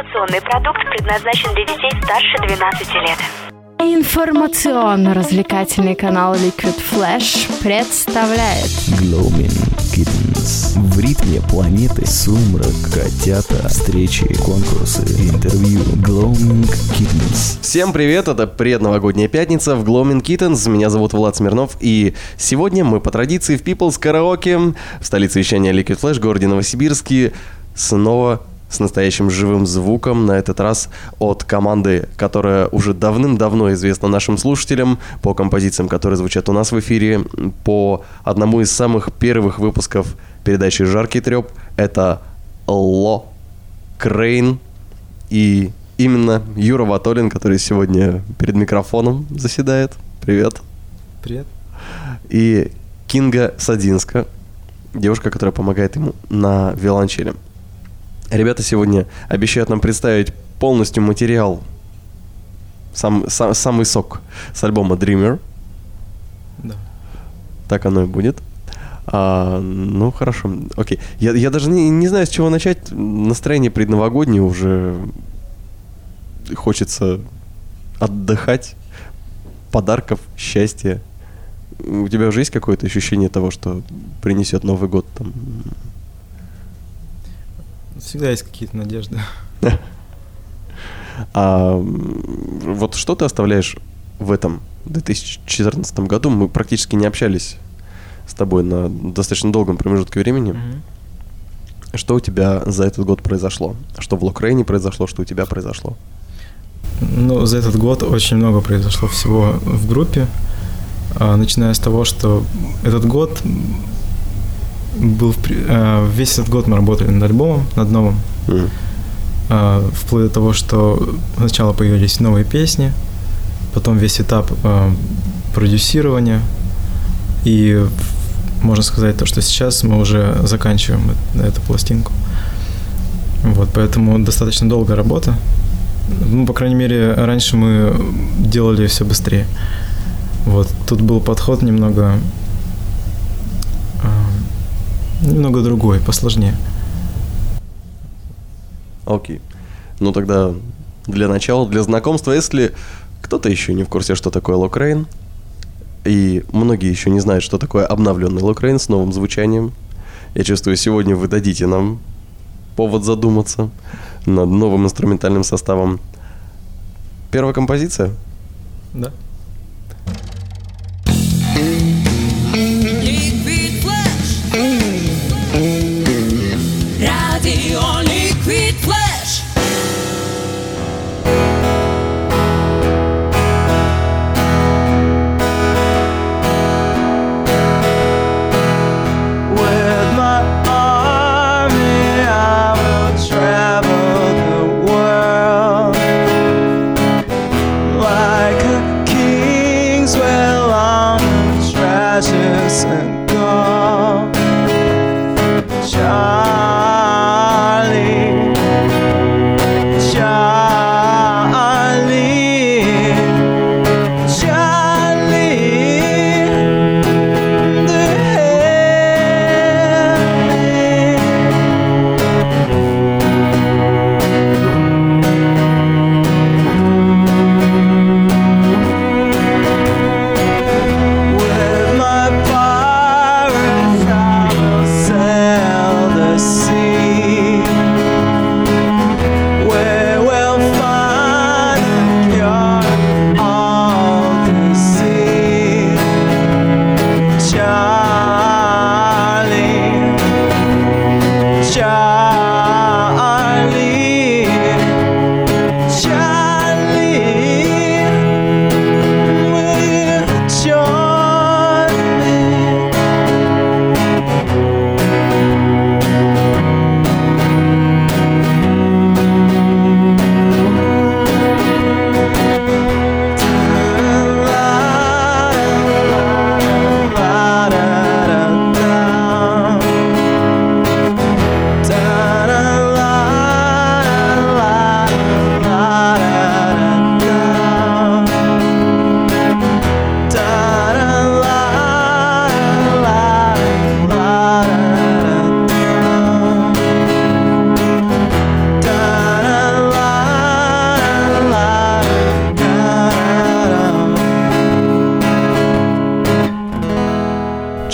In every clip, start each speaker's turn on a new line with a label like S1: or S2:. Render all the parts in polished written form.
S1: Информационный продукт предназначен для детей старше 12 лет.
S2: Информационно-развлекательный канал Liquid Flash представляет
S3: Gloaming Kittens. В ритме планеты, сумрак, котята, встречи, конкурсы, интервью. Gloaming Kittens.
S4: Всем привет, это предновогодняя пятница в Gloaming Kittens. Меня зовут Влад Смирнов, и сегодня мы по традиции в People's Karaoke в столице вещания Liquid Flash, городе Новосибирске, снова с настоящим живым звуком, на этот раз от команды, которая уже давным-давно известна нашим слушателям, по композициям, которые звучат у нас в эфире, по одному из самых первых выпусков передачи «Жаркий трёп». Это Ло Крейн и именно Юра Ватолин, который сегодня перед микрофоном заседает. Привет.
S5: Привет.
S4: И Кинга Садинска, девушка, которая помогает ему на виолончели. Ребята сегодня обещают нам представить полностью материал, самый сок с альбома Dreamer.
S5: Да.
S4: Так оно и будет. Ну, хорошо. Окей. Я даже не знаю, с чего начать. Настроение предновогоднее, уже хочется отдыхать, подарков, счастья. У тебя уже есть какое-то ощущение того, что принесет Новый год там?
S5: Всегда есть какие-то надежды.
S4: Вот что ты оставляешь в этом 2014 году? Мы практически не общались с тобой на достаточно долгом промежутке времени. Mm-hmm. Что у тебя за этот год произошло? Что в Ло Крейне произошло? Что у тебя произошло?
S5: Ну, за этот год очень много произошло всего в группе. Начиная с того, что этот год был весь этот год мы работали над альбомом, над новым. Вплоть до того, что сначала появились новые песни, потом весь этап продюсирования, и можно сказать то, что сейчас мы уже заканчиваем эту пластинку. Вот, поэтому достаточно долгая работа. Ну, по крайней мере, раньше мы делали все быстрее. Вот, тут был подход немного другой, посложнее.
S4: Окей. Ну тогда для начала, для знакомства, если кто-то еще не в курсе, что такое Ло Крейн, и многие еще не знают, что такое обновленный Ло Крейн с новым звучанием, я чувствую, сегодня вы дадите нам повод задуматься над новым инструментальным составом. Первая композиция?
S5: Да.
S6: Radio Liquid Flash.
S7: With my army I will travel the world like a king.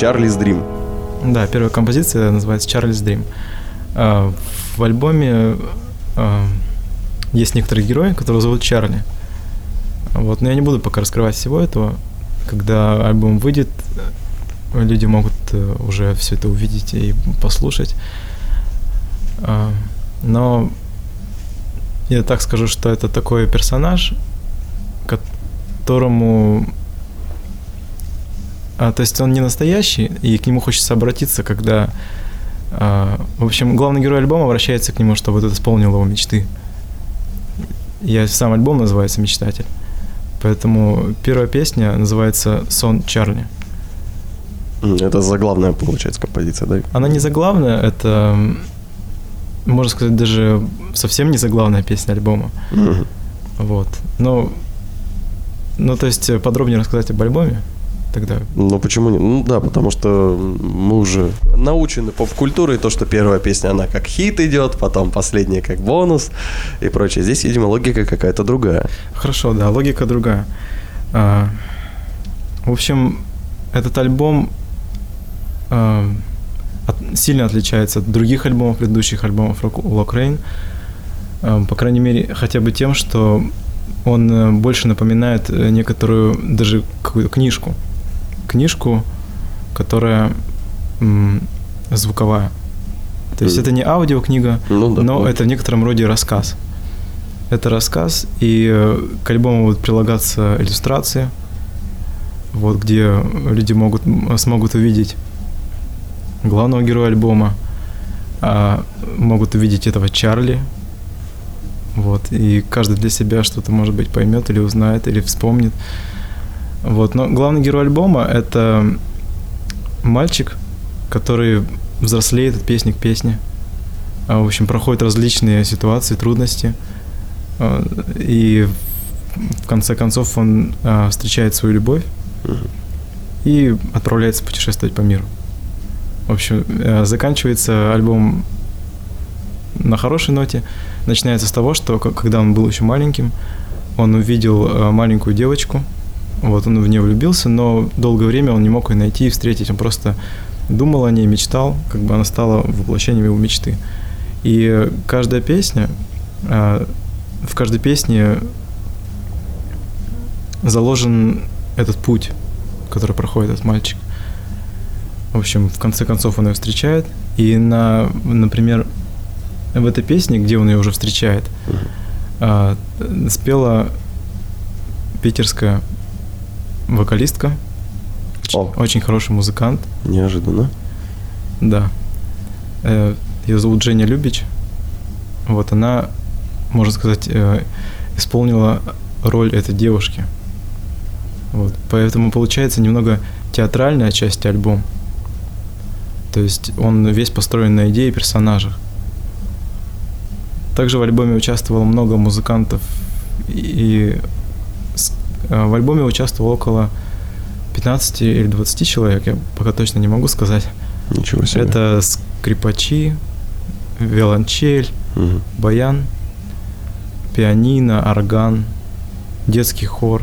S4: Charlie's Dream.
S5: Да, первая композиция называется Charlie's Dream. В альбоме есть некоторые герои, которого зовут Чарли. Вот, но я не буду пока раскрывать всего этого. Когда альбом выйдет, люди могут уже все это увидеть и послушать. Но я так скажу, что это такой персонаж, которому... то есть он не настоящий, и к нему хочется обратиться, когда... в общем, главный герой альбома обращается к нему, чтобы это исполнил его мечты. Сам альбом называется «Мечтатель». Поэтому первая песня называется «Сон Чарли».
S4: Это заглавная, получается, композиция, да?
S5: Она не заглавная, это, можно сказать, даже совсем не заглавная песня альбома. Вот. Ну, то есть подробнее рассказать об альбоме тогда?
S4: Ну, почему нет? Ну, да, потому что мы уже научены поп-культурой, то, что первая песня, она как хит идет, потом последняя как бонус и прочее. Здесь, видимо, логика какая-то другая.
S5: Хорошо, да, логика другая. В общем, этот альбом сильно отличается от других альбомов, предыдущих альбомов Lock Rain, по крайней мере, хотя бы тем, что он больше напоминает некоторую даже какую-то книжку, которая звуковая. То есть это не аудиокнига, но это в некотором роде рассказ. Это рассказ, и к альбому будут прилагаться иллюстрации, вот, где люди смогут увидеть главного героя альбома, могут увидеть этого Чарли. Вот, и каждый для себя что-то, может быть, поймет или узнает, или вспомнит. Вот, но главный герой альбома — это мальчик, который взрослеет от песни к песне. В общем, проходит различные ситуации, трудности. И в конце концов он встречает свою любовь и отправляется путешествовать по миру. В общем, заканчивается альбом на хорошей ноте. Начинается с того, что когда он был еще маленьким, он увидел маленькую девочку. Вот, он в нее влюбился, но долгое время он не мог ее найти и встретить. Он просто думал о ней, мечтал, как бы она стала воплощением его мечты. И каждая песня, в каждой песне заложен этот путь, который проходит этот мальчик. В общем, в конце концов он ее встречает. И, например, в этой песне, где он ее уже встречает, спела питерская вокалистка, очень хороший музыкант.
S4: Неожиданно.
S5: Да. Ее зовут Женя Любич. Вот она, можно сказать, исполнила роль этой девушки. Вот. Поэтому получается немного театральная часть альбома. То есть он весь построен на идее и персонажах. Также в альбоме участвовало много музыкантов, и в альбоме участвовало около 15 или 20 человек, я пока точно не могу сказать.
S4: Ничего себе.
S5: Это скрипачи, виолончель, баян, пианино, орган, детский хор.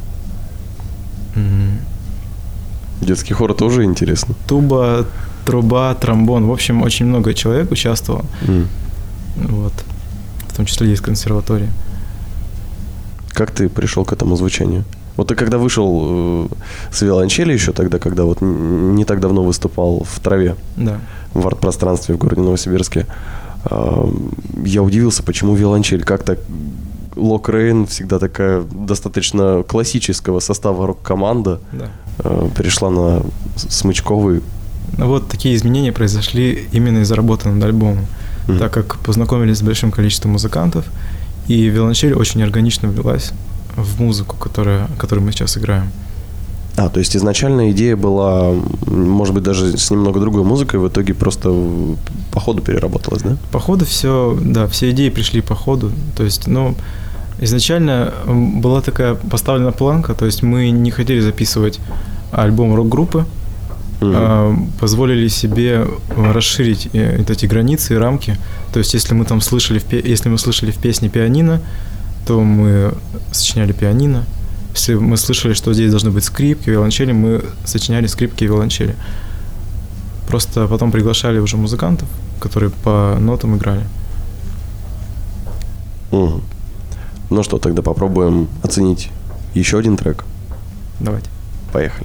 S4: Детский хор тоже интересно.
S5: Туба, труба, тромбон. В общем, очень много человек участвовало. Вот. В том числе из консерватории.
S4: Как ты пришел к этому звучанию? Вот ты когда вышел с виолончели еще тогда, когда вот не так давно выступал в траве,
S5: да,
S4: в арт-пространстве в городе Новосибирске, я удивился, почему виолончель. Как-то Lock Rain всегда такая достаточно классического состава рок-команда, перешла на смычковый.
S5: Вот такие изменения произошли именно из-за работы над альбомом, так как познакомились с большим количеством музыкантов, и виолончель очень органично влилась в музыку, которую мы сейчас играем.
S4: То есть изначально идея была, может быть, даже с немного другой музыкой, в итоге просто по ходу переработалась, да?
S5: По ходу все идеи пришли по ходу. То есть, изначально была такая поставлена планка, то есть мы не хотели записывать альбом рок-группы, позволили себе расширить эти границы и рамки. То есть, если мы слышали в песне пианино, то мы сочиняли пианино. Если мы слышали, что здесь должны быть скрипки, виолончели, мы сочиняли скрипки и виолончели. Просто потом приглашали уже музыкантов, которые по нотам играли.
S4: Угу. Ну что, тогда попробуем оценить еще один трек.
S5: Давайте.
S4: Поехали.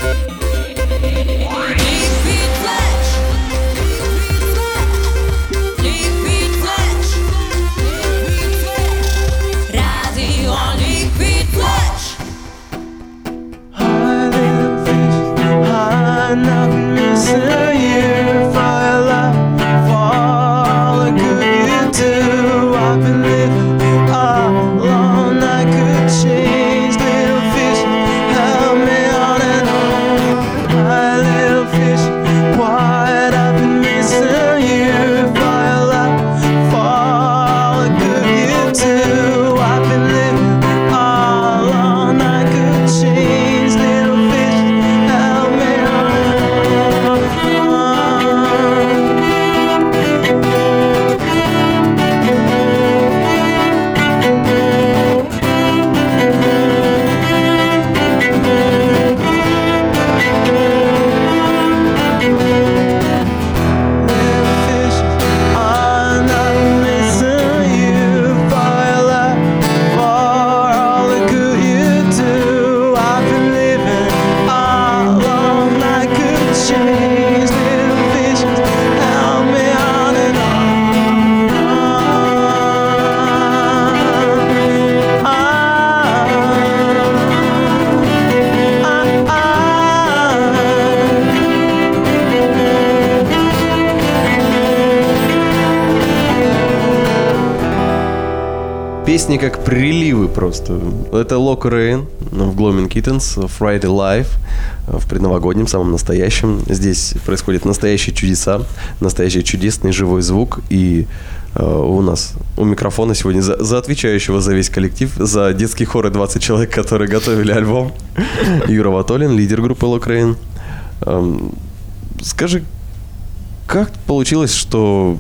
S4: Песни как приливы просто. Это Lock Rain в Gloaming Kittens, Friday Live, в предновогоднем, самом настоящем. Здесь происходят настоящие чудеса, настоящий чудесный живой звук. И у нас у микрофона сегодня за отвечающего за весь коллектив, за детский хор и 20 человек, которые готовили альбом, Юра Ватолин, лидер группы Lock Rain. Скажи, как получилось, что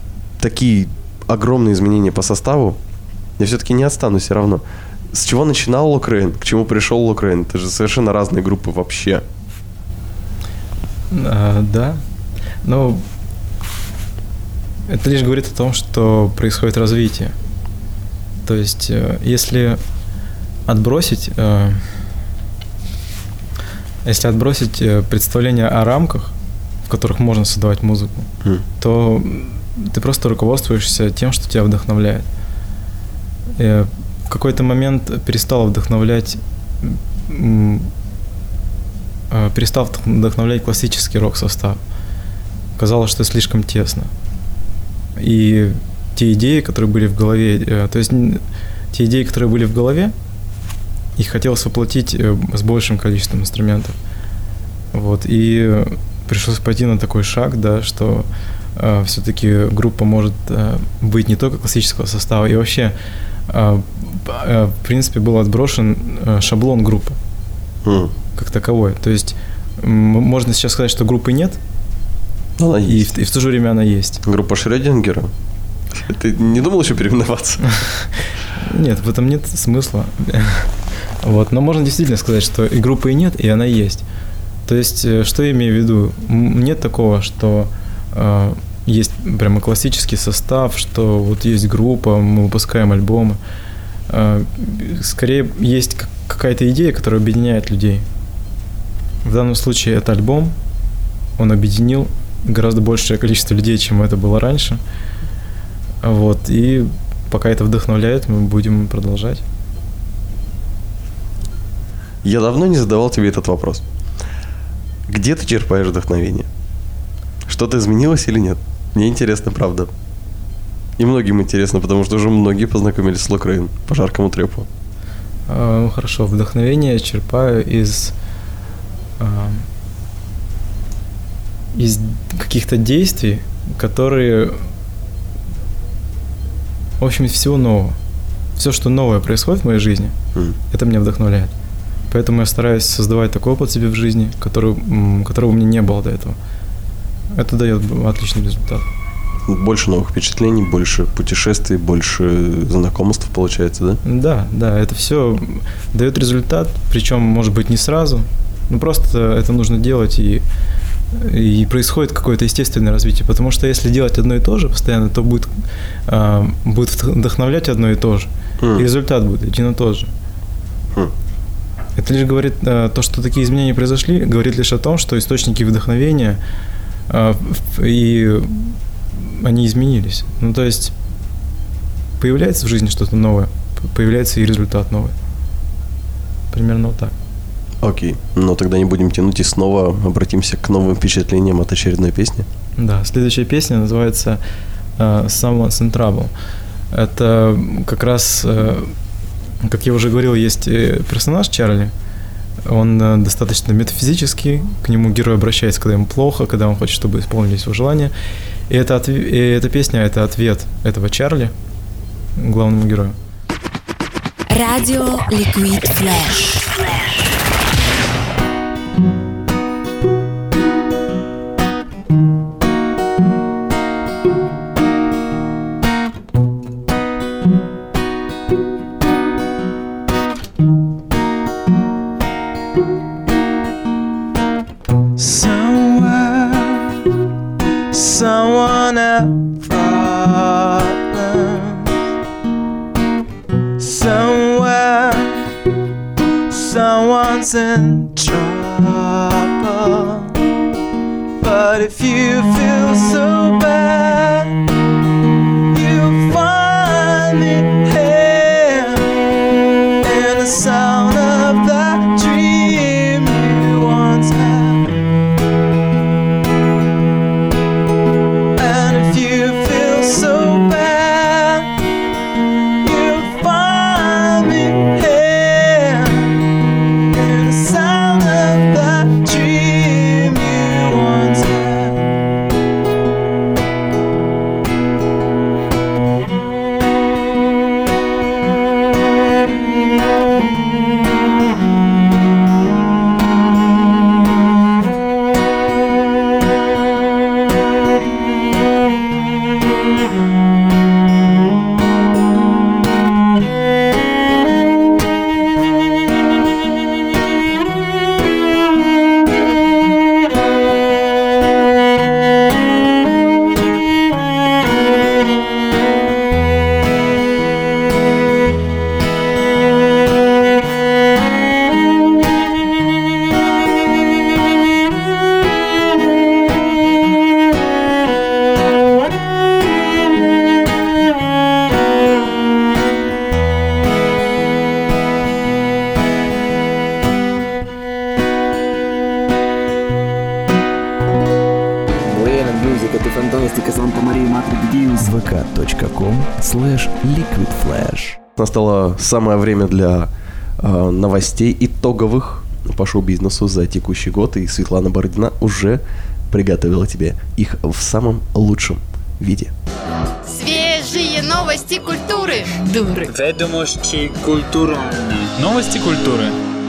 S4: такие огромные изменения по составу? Я все-таки не отстану все равно. С чего начинал Lock Rain? К чему пришел Lock Rain? Это же совершенно разные группы вообще.
S5: Да. Но это лишь говорит о том, что происходит развитие. То есть, если отбросить представление о рамках, в которых можно создавать музыку, то ты просто руководствуешься тем, что тебя вдохновляет. В какой-то момент перестал вдохновлять классический рок-состав. Казалось, что слишком тесно. И те идеи, которые были в голове, их хотелось воплотить с большим количеством инструментов. Вот. И пришлось пойти на такой шаг, да, что все-таки группа может быть не только классического состава, и вообще в принципе был отброшен шаблон группы как таковой. То есть можно сейчас сказать, что группы нет, и в то же время она есть.
S4: Группа Шрёдингера? Ты не думал еще переименоваться?
S5: Нет, в этом нет смысла. Вот. Но можно действительно сказать, что и группы нет, и она есть. То есть, что я имею в виду? Нет такого, что есть прямо классический состав, что вот есть группа, мы выпускаем альбомы. Скорее, есть какая-то идея, которая объединяет людей. В данном случае это альбом. Он объединил гораздо большее количество людей, чем это было раньше. Вот. И пока это вдохновляет, мы будем продолжать.
S4: Я давно не задавал тебе этот вопрос. Где ты черпаешь вдохновение? Что-то изменилось или нет? Мне интересно, правда. И многим интересно, потому что уже многие познакомились с Lock Rain по жаркому трепу.
S5: Ну хорошо, вдохновение черпаю из каких-то действий, которые, в общем, из всего нового. Все, что новое происходит в моей жизни, это меня вдохновляет. Поэтому я стараюсь создавать такой опыт себе в жизни, которого у меня не было до этого. Это дает отличный результат.
S4: Больше новых впечатлений, больше путешествий, больше знакомств получается, да?
S5: Да, это все дает результат, причем, может быть, не сразу, но просто это нужно делать, и и происходит какое-то естественное развитие. Потому что если делать одно и то же постоянно, то будет вдохновлять одно и то же. И результат будет один и тот же. Это лишь говорит, то, что такие изменения произошли, говорит лишь о том, что источники вдохновения, и они изменились. Ну, то есть появляется в жизни что-то новое, появляется и результат новый. Примерно вот так.
S4: Окей, но тогда не будем тянуть и снова обратимся к новым впечатлениям от очередной песни.
S5: Да, следующая песня называется «Someone's in Trouble». Это как раз, как я уже говорил, есть персонаж Чарли. Он достаточно метафизический, к нему герой обращается, когда ему плохо, когда он хочет, чтобы исполнились его желания. И эта песня – это ответ этого Чарли главному герою.
S6: Radio Liquid Flash.
S7: Someone had problems. Somewhere, someone's in trouble. But if you feel so bad, you'll find me here in the sound of that dream you once had.
S3: vk.com/liquidflash.
S4: Настало самое время для новостей итоговых по шоу-бизнесу за текущий год, и Светлана Бородина уже приготовила тебе их в самом лучшем виде.
S2: Свежие новости культуры. Дуры.
S8: Ведомости культурные. Новости культуры.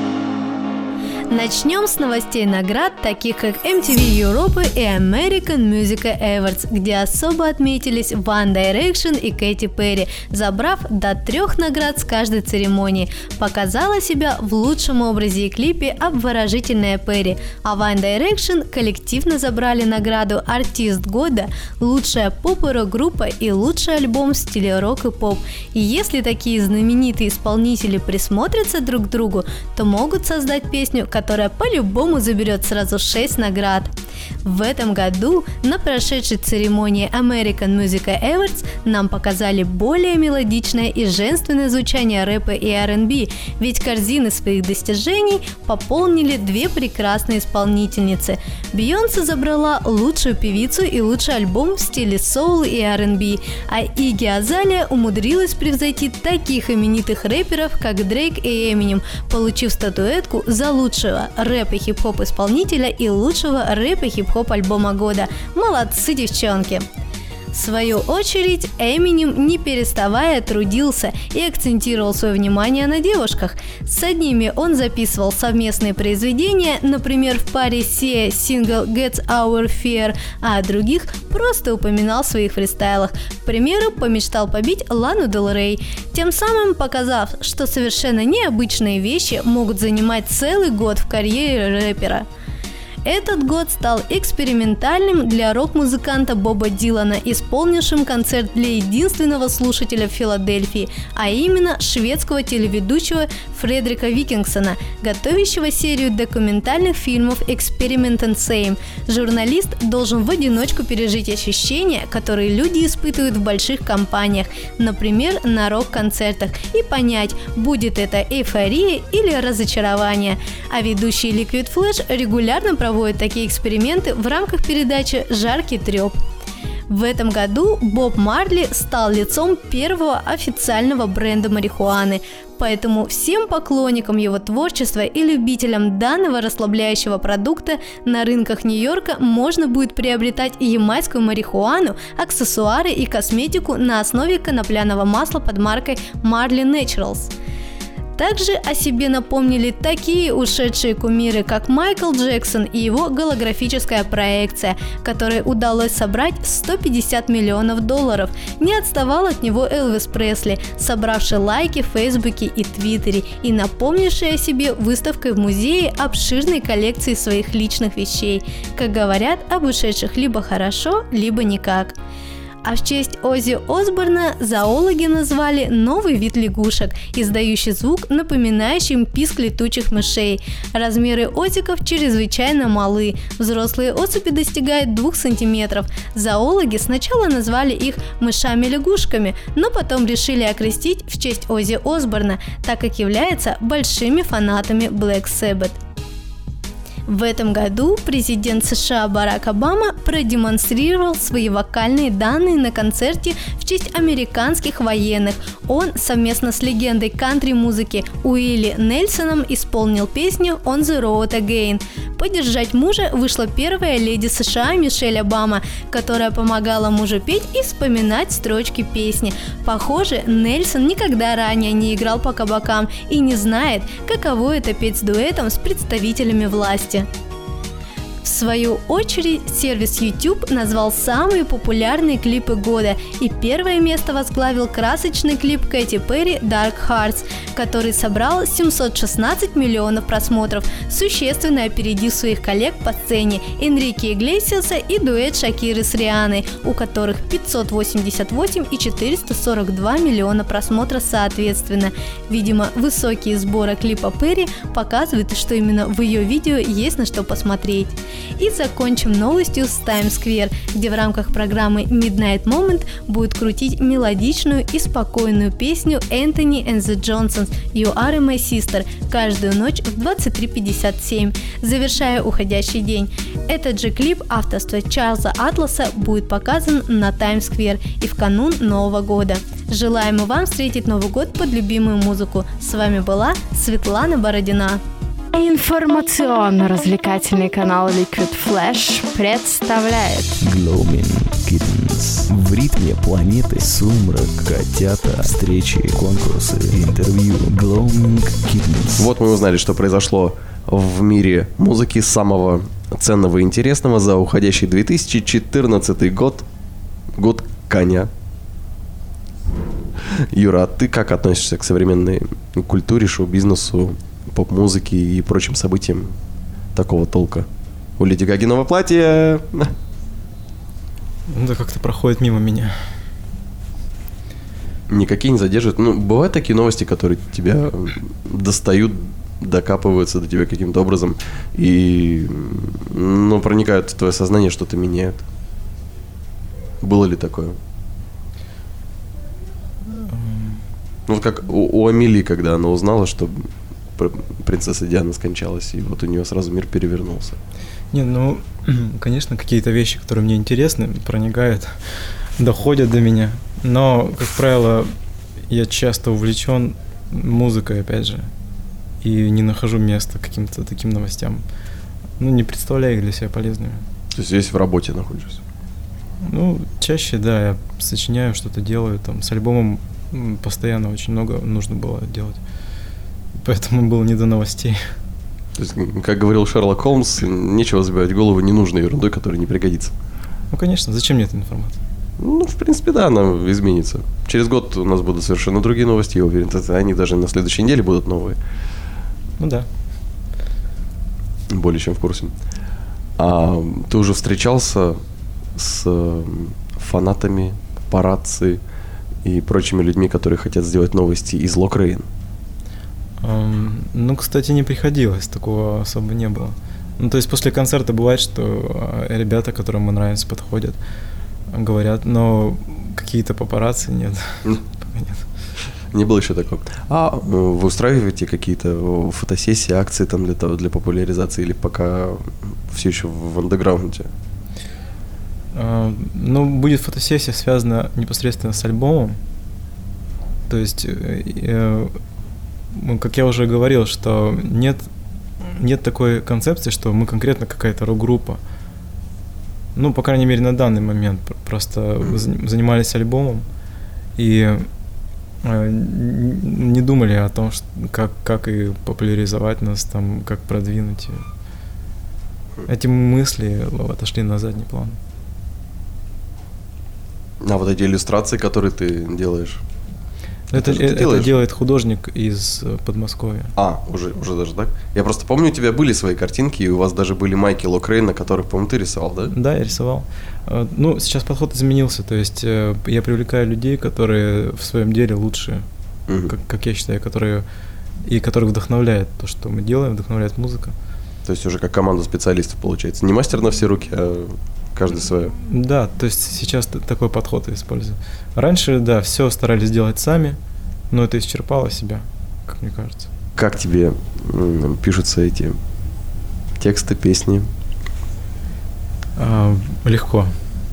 S9: Начнем с новостей наград, таких как MTV Europe и American Music Awards, где особо отметились One Direction и Кэти Перри, забрав до 3 наград с каждой церемонии. Показала себя в лучшем образе и клипе обворожительная Перри, а One Direction коллективно забрали награду «Артист года», «Лучшая поп- и рок-группа» и «Лучший альбом в стиле рок и поп». И если такие знаменитые исполнители присмотрятся друг к другу, то могут создать песню, которая по-любому заберет сразу 6 наград. В этом году на прошедшей церемонии American Music Awards нам показали более мелодичное и женственное звучание рэпа и R&B, ведь корзины своих достижений пополнили 2 прекрасные исполнительницы. Бейонсе забрала лучшую певицу и лучший альбом в стиле соул и R&B, а Игги Азалия умудрилась превзойти таких именитых рэперов, как Дрейк и Эминем, получив статуэтку за лучшего рэп и хип-хоп исполнителя и лучшего рэп и хип-хоп альбома года. Молодцы, девчонки! В свою очередь, Эминем, не переставая, трудился и акцентировал свое внимание на девушках. С одними он записывал совместные произведения, например, в паре Sia сингл Gets Our Fear, а других просто упоминал в своих фристайлах. К примеру, помечтал побить Лану Дель Рей, тем самым показав, что совершенно необычные вещи могут занимать целый год в карьере рэпера. Этот год стал экспериментальным для рок-музыканта Боба Дилана, исполнившим концерт для единственного слушателя в Филадельфии, а именно шведского телеведущего Фредрика Викингсона, готовящего серию документальных фильмов «Experiment and Same». Журналист должен в одиночку пережить ощущения, которые люди испытывают в больших компаниях, например, на рок-концертах, и понять, будет это эйфория или разочарование. А ведущий Liquid Flash регулярно проводит такие эксперименты в рамках передачи «Жаркий треп». В этом году Боб Марли стал лицом первого официального бренда марихуаны, поэтому всем поклонникам его творчества и любителям данного расслабляющего продукта на рынках Нью-Йорка можно будет приобретать ямайскую марихуану, аксессуары и косметику на основе конопляного масла под маркой Marley Naturals. Также о себе напомнили такие ушедшие кумиры, как Майкл Джексон и его голографическая проекция, которой удалось собрать $150 миллионов. Не отставал от него Элвис Пресли, собравший лайки в Фейсбуке и Твиттере и напомнивший о себе выставкой в музее обширной коллекции своих личных вещей. Как говорят, об ушедших либо хорошо, либо никак. А в честь Оззи Осборна зоологи назвали новый вид лягушек, издающий звук, напоминающий писк летучих мышей. Размеры озиков чрезвычайно малы, взрослые особи достигают 2 сантиметров. Зоологи сначала назвали их мышами-лягушками, но потом решили окрестить в честь Оззи Осборна, так как являются большими фанатами Black Sabbath. В этом году президент США Барак Обама продемонстрировал свои вокальные данные на концерте в честь американских военных. Он совместно с легендой кантри-музыки Уилли Нельсоном исполнил песню «On the Road Again». Поддержать мужа вышла первая леди США Мишель Обама, которая помогала мужу петь и вспоминать строчки песни. Похоже, Нельсон никогда ранее не играл по кабакам и не знает, каково это петь с дуэтом с представителями власти. В свою очередь, сервис YouTube назвал самые популярные клипы года, и первое место возглавил красочный клип Кэти Перри «Dark Hearts», который собрал 716 миллионов просмотров, существенно опередив своих коллег по сцене Энрике Иглесиаса и дуэт Шакиры с Рианой, у которых 588 и 442 миллиона просмотров соответственно. Видимо, высокие сборы клипа Перри показывают, что именно в ее видео есть на что посмотреть. И закончим новостью с Times Square, где в рамках программы Midnight Moment будет крутить мелодичную и спокойную песню Anthony and the Johnsons «You Are My Sister» каждую ночь в 23:57, завершая уходящий день. Этот же клип авторства Чарльза Атласа будет показан на Times Square и в канун Нового года. Желаем вам встретить Новый год под любимую музыку. С вами была Светлана Бородина.
S2: Информационно-развлекательный канал Liquid Flash представляет
S3: Gloaming Kittens. В ритме планеты сумрак, котята, встречи, конкурсы, интервью. Gloaming Kittens.
S4: Вот мы узнали, что произошло в мире музыки самого ценного и интересного за уходящий 2014 год. Год коня. Юра, а ты как относишься к современной культуре, шоу-бизнесу, поп-музыке и прочим событиям такого толка? У Леди Гаги новое платье.
S5: Да как-то проходит мимо меня.
S4: Никакие не задерживают. Ну, бывают такие новости, которые тебя достают, докапываются до тебя каким-то образом и, ну, проникают в твое сознание, что-то меняют. Было ли такое? Ну, вот как у Амели, когда она узнала, что принцесса Диана скончалась, и вот у нее сразу мир перевернулся.
S5: Не, ну, конечно, какие-то вещи, которые мне интересны, проникают, доходят до меня. Но, как правило, я часто увлечен музыкой, опять же, и не нахожу места каким-то таким новостям. Ну, не представляю их для себя полезными.
S4: То есть весь в работе находишься?
S5: Ну, чаще, да, я сочиняю, что-то делаю, там, с альбомом постоянно очень много нужно было делать. Поэтому было не до новостей.
S4: То есть, как говорил Шерлок Холмс, нечего забивать голову ненужной ерундой, которая не пригодится.
S5: Ну, конечно, зачем мне эта информация?
S4: Ну, в принципе, да, она изменится. Через год у нас будут совершенно другие новости, я уверен. Они даже на следующей неделе будут новые.
S5: Ну да.
S4: Более чем в курсе. А ты уже встречался с фанатами, папарацци и прочими людьми, которые хотят сделать новости из Локрейн?
S5: Ну, кстати, не приходилось, такого особо не было. Ну, то есть после концерта бывает, что ребята, которым мы нравимся, подходят, говорят, но какие-то папарацци нет. Нет.
S4: Не было еще такого. А вы устраиваете какие-то фотосессии, акции там для популяризации или пока все еще в андеграунде?
S5: Ну, будет фотосессия, связана непосредственно с альбомом. То есть, как я уже говорил, что нет такой концепции, что мы конкретно какая-то рок-группа. Ну, по крайней мере, на данный момент. Просто занимались альбомом и не думали о том, как и популяризовать нас, там, как продвинуть. Эти мысли отошли на задний план.
S4: А вот эти иллюстрации, которые ты делаешь?
S5: Это делает художник из Подмосковья.
S4: Уже даже так? Я просто помню, у тебя были свои картинки, и у вас даже были майки Локрейн, на которых, по-моему, ты рисовал, да?
S5: Да, я рисовал. Ну, сейчас подход изменился, то есть я привлекаю людей, которые в своем деле лучшие, как я считаю, которых вдохновляет то, что мы делаем, вдохновляет музыка.
S4: То есть уже как команда специалистов получается. Не мастер на все руки, а каждый свое.
S5: Да, то есть сейчас такой подход использую. Раньше, да, все старались делать сами, но это исчерпало себя, как мне кажется.
S4: Как тебе пишутся эти тексты, песни?
S5: Легко.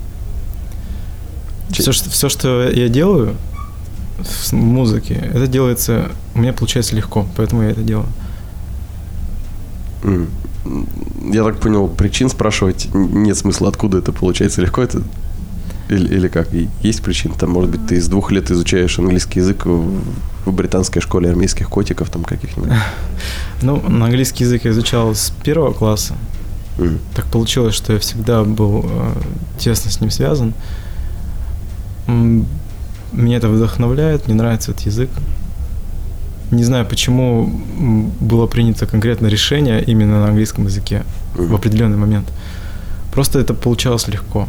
S5: Все, что я делаю в музыке, это делается, у меня получается легко, поэтому я это делаю.
S4: Я так понял, причин спрашивать нет смысла, откуда это получается легко, это или как? Есть причины? Там, может быть, ты с 2 лет изучаешь английский язык в британской школе армейских котиков там каких-нибудь?
S5: Ну, на английский язык я изучал с 1 класса. Так получилось, что я всегда был тесно с ним связан. Меня это вдохновляет, мне нравится этот язык. Не знаю, почему было принято конкретное решение именно на английском языке в определенный момент. Просто это получалось легко.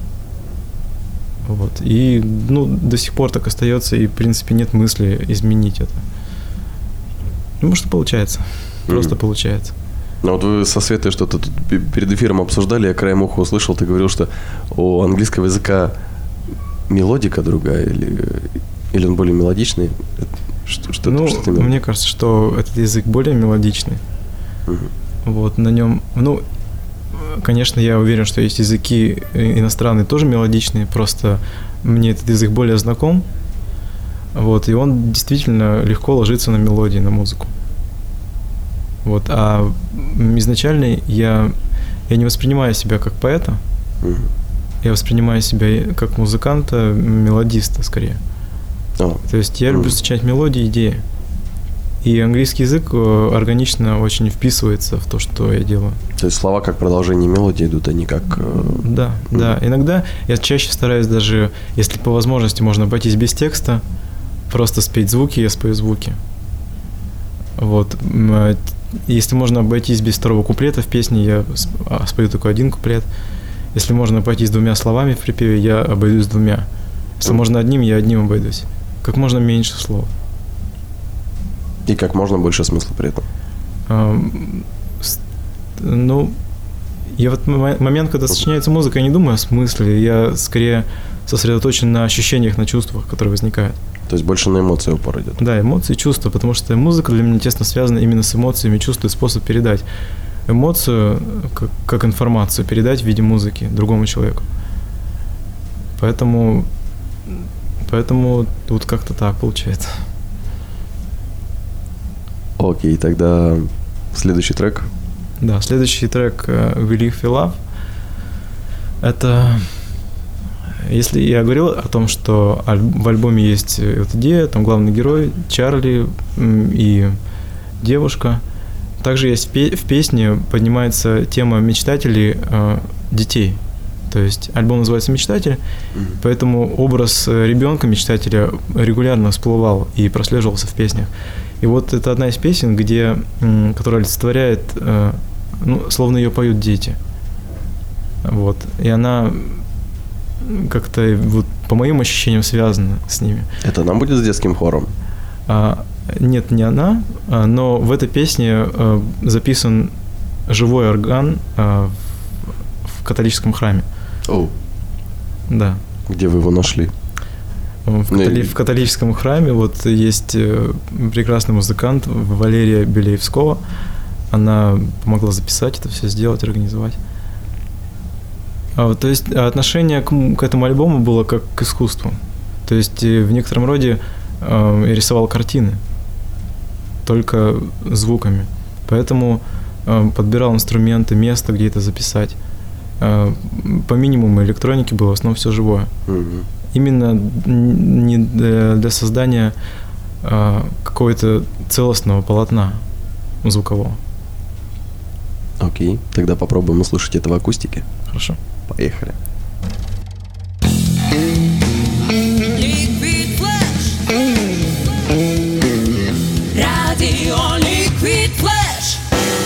S5: Вот. И до сих пор так остается, и, в принципе, нет мысли изменить это. Ну, может, получается. Просто получается.
S4: Ну, вот вы со Светой что-то тут перед эфиром обсуждали, я краем уха услышал, ты говорил, что у английского языка мелодика другая, или он более мелодичный? Что
S5: мне кажется, что этот язык более мелодичный. Вот, на нем, конечно, я уверен, что есть языки иностранные тоже мелодичные, просто мне этот язык более знаком, вот, и он действительно легко ложится на мелодии, на музыку. Вот, а изначально я не воспринимаю себя как поэта, я воспринимаю себя как музыканта, мелодиста скорее. То есть я люблю сочинять мелодии, идеи. И английский язык органично очень вписывается в то, что я делаю.
S4: То есть слова как продолжение мелодии идут, а не как...
S5: Да. Иногда я чаще стараюсь даже, если по возможности можно обойтись без текста, просто спеть звуки, я спою звуки. Вот. Если можно обойтись без 2 куплета в песне, я спою только 1 куплет. Если можно обойтись 2 словами в припеве, я обойдусь 2. Если можно одним, я одним обойдусь. Как можно меньше слов.
S4: И как можно больше смысла при этом?
S5: Я в момент, когда сочиняется музыка, я не думаю о смысле. Я скорее сосредоточен на ощущениях, на чувствах, которые возникают.
S4: То есть больше на эмоции упор идет?
S5: Да, эмоции, чувства, потому что музыка для меня тесно связана именно с эмоциями, чувства и способ передать эмоцию, как информацию, передать в виде музыки другому человеку. Поэтому вот как-то так получается.
S4: Окей, тогда следующий трек.
S5: Да, следующий трек «We Live We Love». Это, если я говорил о том, что в альбоме есть вот идея, там главный герой Чарли и девушка. Также есть в песне поднимается тема мечтателей, детей. То есть альбом называется «Мечтатель», поэтому образ ребенка-мечтателя регулярно всплывал и прослеживался в песнях. И вот это одна из песен, которая олицетворяет, словно ее поют дети. Вот. И она как-то, вот, по моим ощущениям, связана с ними.
S4: Это она будет с детским хором?
S5: Нет, не она, но в этой песне записан живой орган в католическом храме.
S4: О.
S5: Да.
S4: Где вы его нашли?
S5: В католическом храме вот есть прекрасный музыкант Валерия Беляевского. Она помогла записать это все, сделать, организовать. То есть отношение к этому альбому было как к искусству. То есть в некотором роде я рисовал картины только звуками. Поэтому подбирал инструменты, место, где это записать. По минимуму электроники было, в основном все живое. Mm-hmm. Именно не для создания какого-то целостного полотна звукового.
S4: Окей, тогда попробуем услышать это в акустике.
S5: Хорошо.
S4: Поехали.
S6: Liquid Flash. Radio Liquid Flash.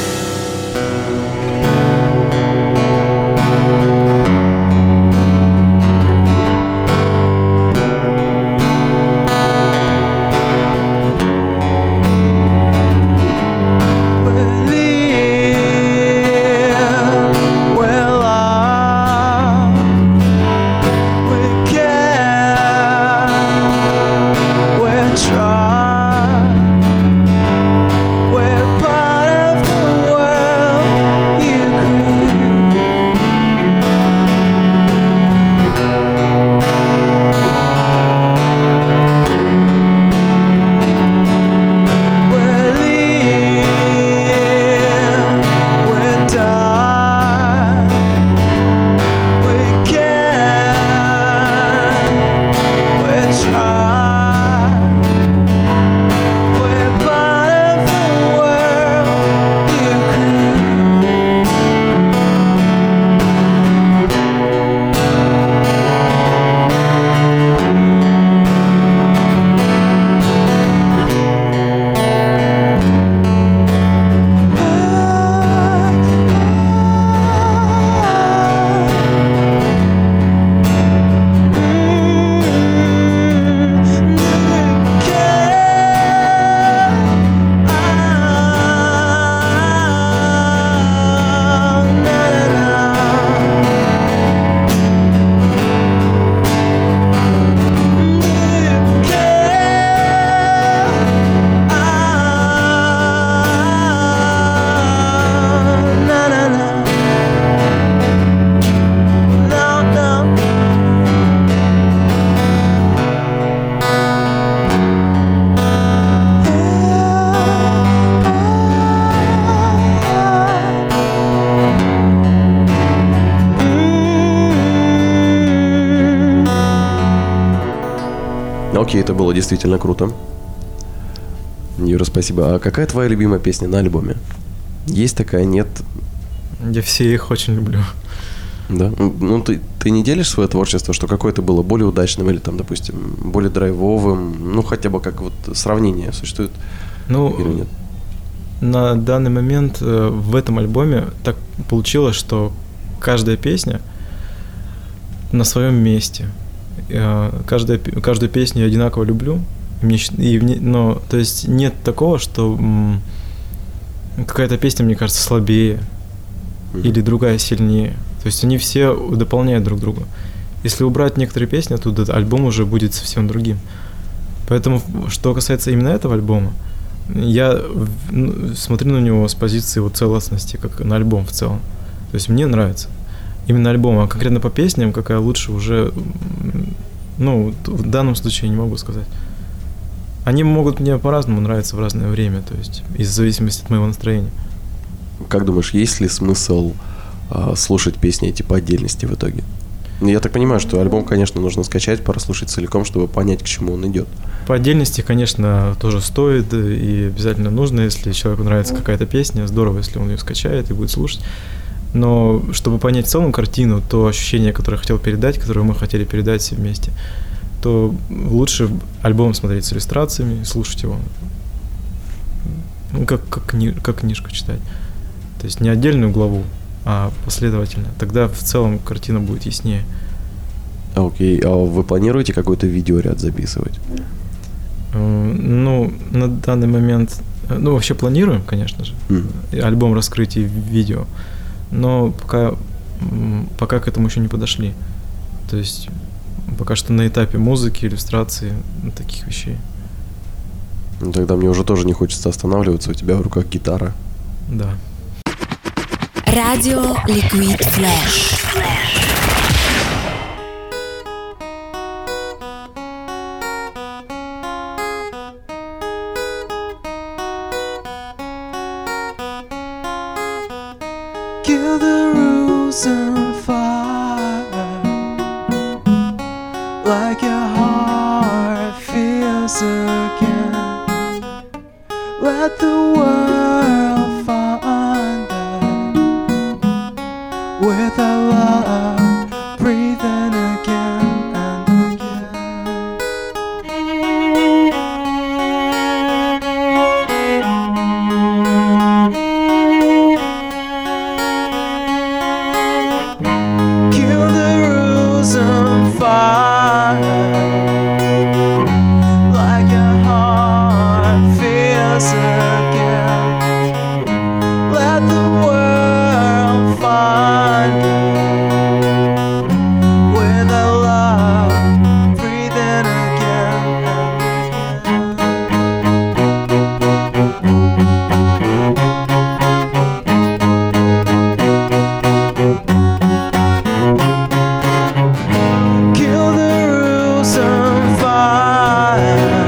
S4: Окей, это было действительно круто. Юра, спасибо. А какая твоя любимая песня на альбоме? Есть такая, нет?
S5: Я все их очень люблю.
S4: Да? Ну, ты не делишь свое творчество, что какое-то было более удачным или, там, допустим, более драйвовым? Ну, хотя бы как вот сравнение существует или нет?
S5: На данный момент в этом альбоме так получилось, что каждая песня на своем месте. Каждую песню я одинаково люблю. Но, то есть нет такого, что какая-то песня, мне кажется, слабее или другая сильнее. То есть они все дополняют друг друга. Если убрать некоторые песни оттуда, альбом уже будет совсем другим. Поэтому, что касается именно этого альбома, я смотрю на него с позиции вот целостности, как на альбом в целом. То есть мне нравится именно альбом, а конкретно по песням, какая лучше уже, в данном случае я не могу сказать. Они могут мне по-разному нравиться в разное время, то есть в зависимости от моего настроения.
S4: Как думаешь, есть ли смысл слушать песни эти по отдельности в итоге? Я так понимаю, что альбом, конечно, нужно скачать, прослушать целиком, чтобы понять, к чему он идет.
S5: По отдельности, конечно, тоже стоит и обязательно нужно, если человеку нравится какая-то песня, здорово, если он ее скачает и будет слушать. Но чтобы понять целую картину, то ощущение, которое я хотел передать, которое мы хотели передать все вместе, то лучше альбом смотреть с иллюстрациями, слушать его, как книжку читать. То есть не отдельную главу, а последовательно. Тогда в целом картина будет яснее.
S4: Окей, а вы планируете какой-то видеоряд записывать?
S5: Ну, на данный момент, ну, вообще планируем, конечно же, альбом раскрытия видео, но пока к этому еще не подошли. То есть пока что на этапе музыки, иллюстрации, таких вещей.
S4: Ну, тогда мне уже тоже не хочется останавливаться, у тебя в руках гитара.
S5: Да.
S6: Radio Liquid Flash.
S7: Kill the rules and fire, like your heart feels again. Let the world find it with a love breathing again and again. Kill the rules and fire, like your heart feels again. Let the world find it with a love breathing again and again. Kill the rules and fire,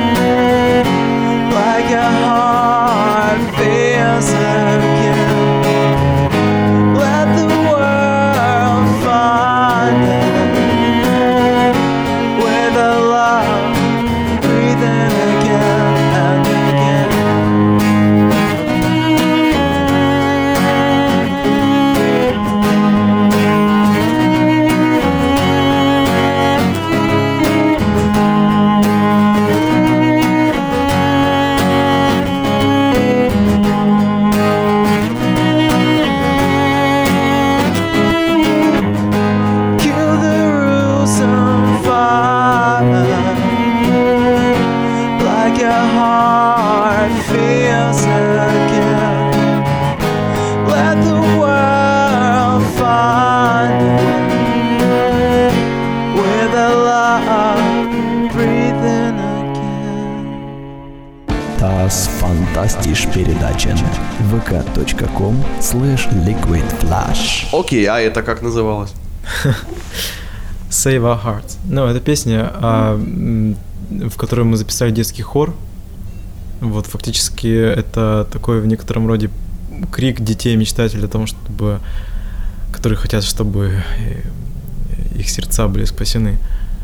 S7: like your heart feels again. Let the world find it with a love breathing again and again. Kill the rules and fire, like your heart feels again. Let the world find it with a love breathing again.
S3: Das fantastisch передача. vk.com/liquidflash.
S4: Окей, а это как называлось?
S5: Save Our Hearts. Ну, это песня, в которой мы записали детский хор. Вот, фактически, это такой в некотором роде крик детей-мечтателей о том, чтобы, которые хотят, чтобы их сердца были спасены.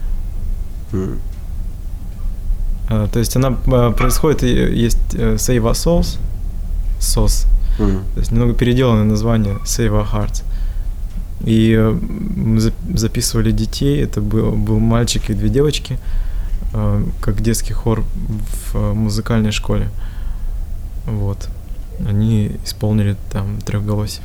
S5: То есть она происходит, есть Save Our Souls, SOS, то есть немного переделанное название Save Our Hearts. И мы записывали детей, это был мальчик и 2 девочки, как детский хор в музыкальной школе. Вот. Они исполнили там трехголосие.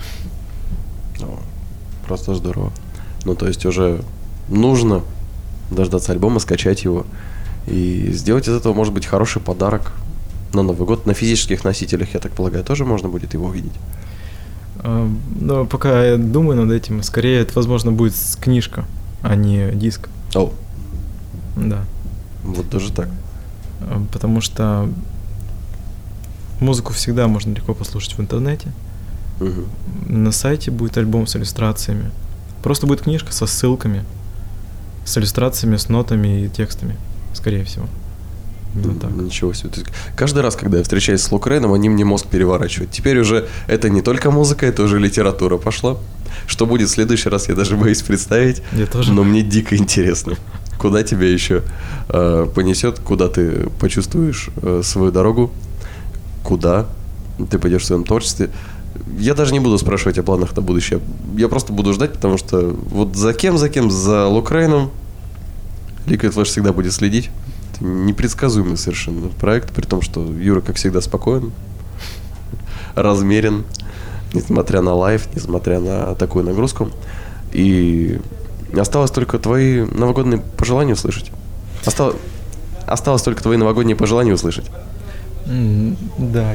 S4: Просто здорово. Ну, то есть уже нужно дождаться альбома, скачать его и сделать из этого, может быть, хороший подарок на Новый год. На физических носителях, я так полагаю, тоже можно будет его увидеть?
S5: Но пока я думаю над этим, скорее это, возможно, будет книжка, а не диск.
S4: О.
S5: Да.
S4: Вот даже так.
S5: Потому что музыку всегда можно легко послушать в интернете. На сайте будет альбом с иллюстрациями. Просто будет книжка со ссылками, с иллюстрациями, с нотами и текстами, скорее всего. Так.
S4: Ничего себе. То есть, каждый раз, когда я встречаюсь с Лукрейном, они мне мозг переворачивают. Теперь уже это не только музыка, это уже литература пошла. Что будет в следующий раз, я даже боюсь представить.
S5: Я тоже.
S4: Но мне дико интересно, куда тебя еще понесет, куда ты почувствуешь свою дорогу, куда ты пойдешь в своем творчестве. Я даже не буду спрашивать о планах на будущее. Я просто буду ждать, потому что вот за кем, за Лукрейном Liquid Flash всегда будет следить. Это непредсказуемый совершенно проект, при том, что Юра, как всегда, спокоен, размерен несмотря на лайв, несмотря на такую нагрузку. И осталось только твои новогодние пожелания услышать. Осталось только твои новогодние пожелания услышать.
S5: Да,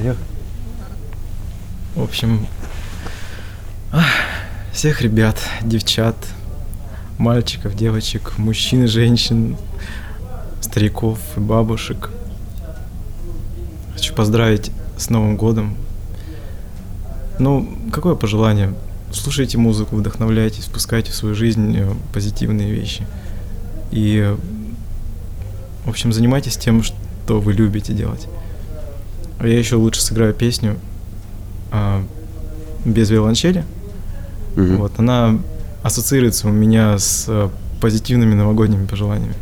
S5: в общем, всех ребят, девчат, мальчиков, девочек, мужчин и женщин, стариков и бабушек хочу поздравить с Новым годом. Какое пожелание? Слушайте музыку, вдохновляйтесь, впускайте в свою жизнь позитивные вещи. И, в общем, занимайтесь тем, что вы любите делать. А я еще лучше сыграю песню без виолончели. Вот, она ассоциируется у меня с позитивными новогодними пожеланиями.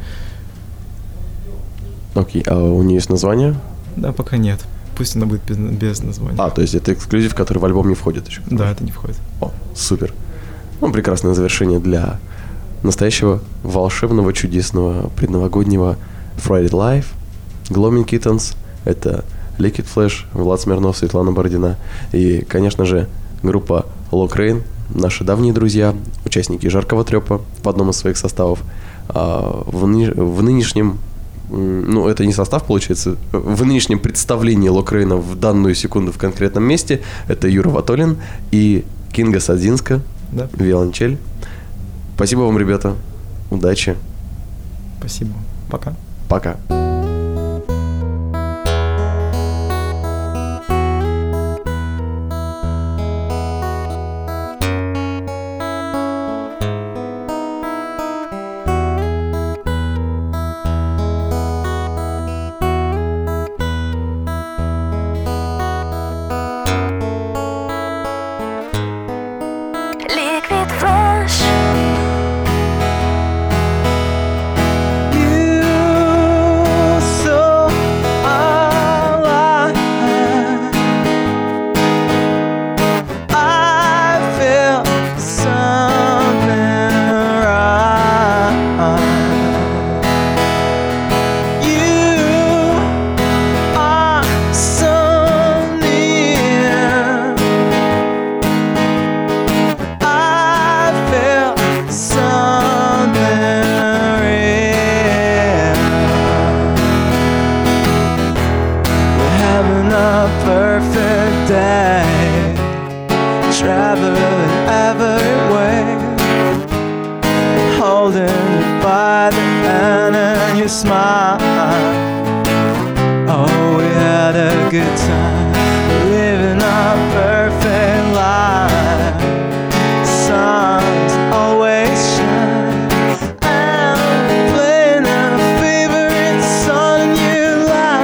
S4: Окей, а у нее есть название?
S5: Да, пока нет. Пусть она будет без названия.
S4: То есть это эксклюзив, который в альбом не входит еще?
S5: Да, это не входит.
S4: О, супер. Прекрасное завершение для настоящего волшебного, чудесного, предновогоднего Friday Live. Gloaming Kittens. Это Liquid Flash, Влад Смирнов, Светлана Бородина. И, конечно же, группа Lock Rain, наши давние друзья, участники Жаркого Трёпа в одном из своих составов. В нынешнем, это не состав, получается, в нынешнем представлении Lock Rain в данную секунду в конкретном месте это Юра Ватолин и Кинга Садзинска, да. Виолончель. Спасибо вам, ребята. Удачи.
S5: Спасибо. Пока.
S4: Пока.
S1: Liquid Flash.
S7: Traveling every way, holding you by the hand and you smile. Oh, we had a good time, living our perfect life. Sun's always shine, and playing our favorite song and you laugh.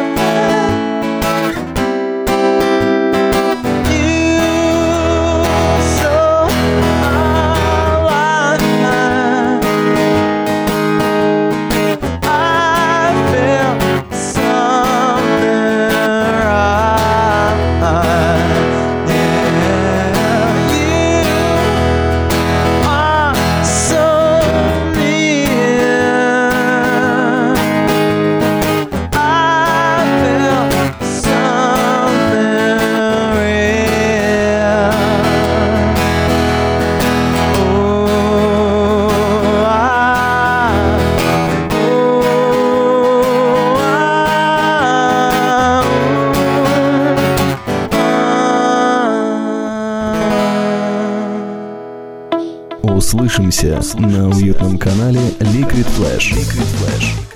S3: Услышимся на уютном канале Liquid Flash.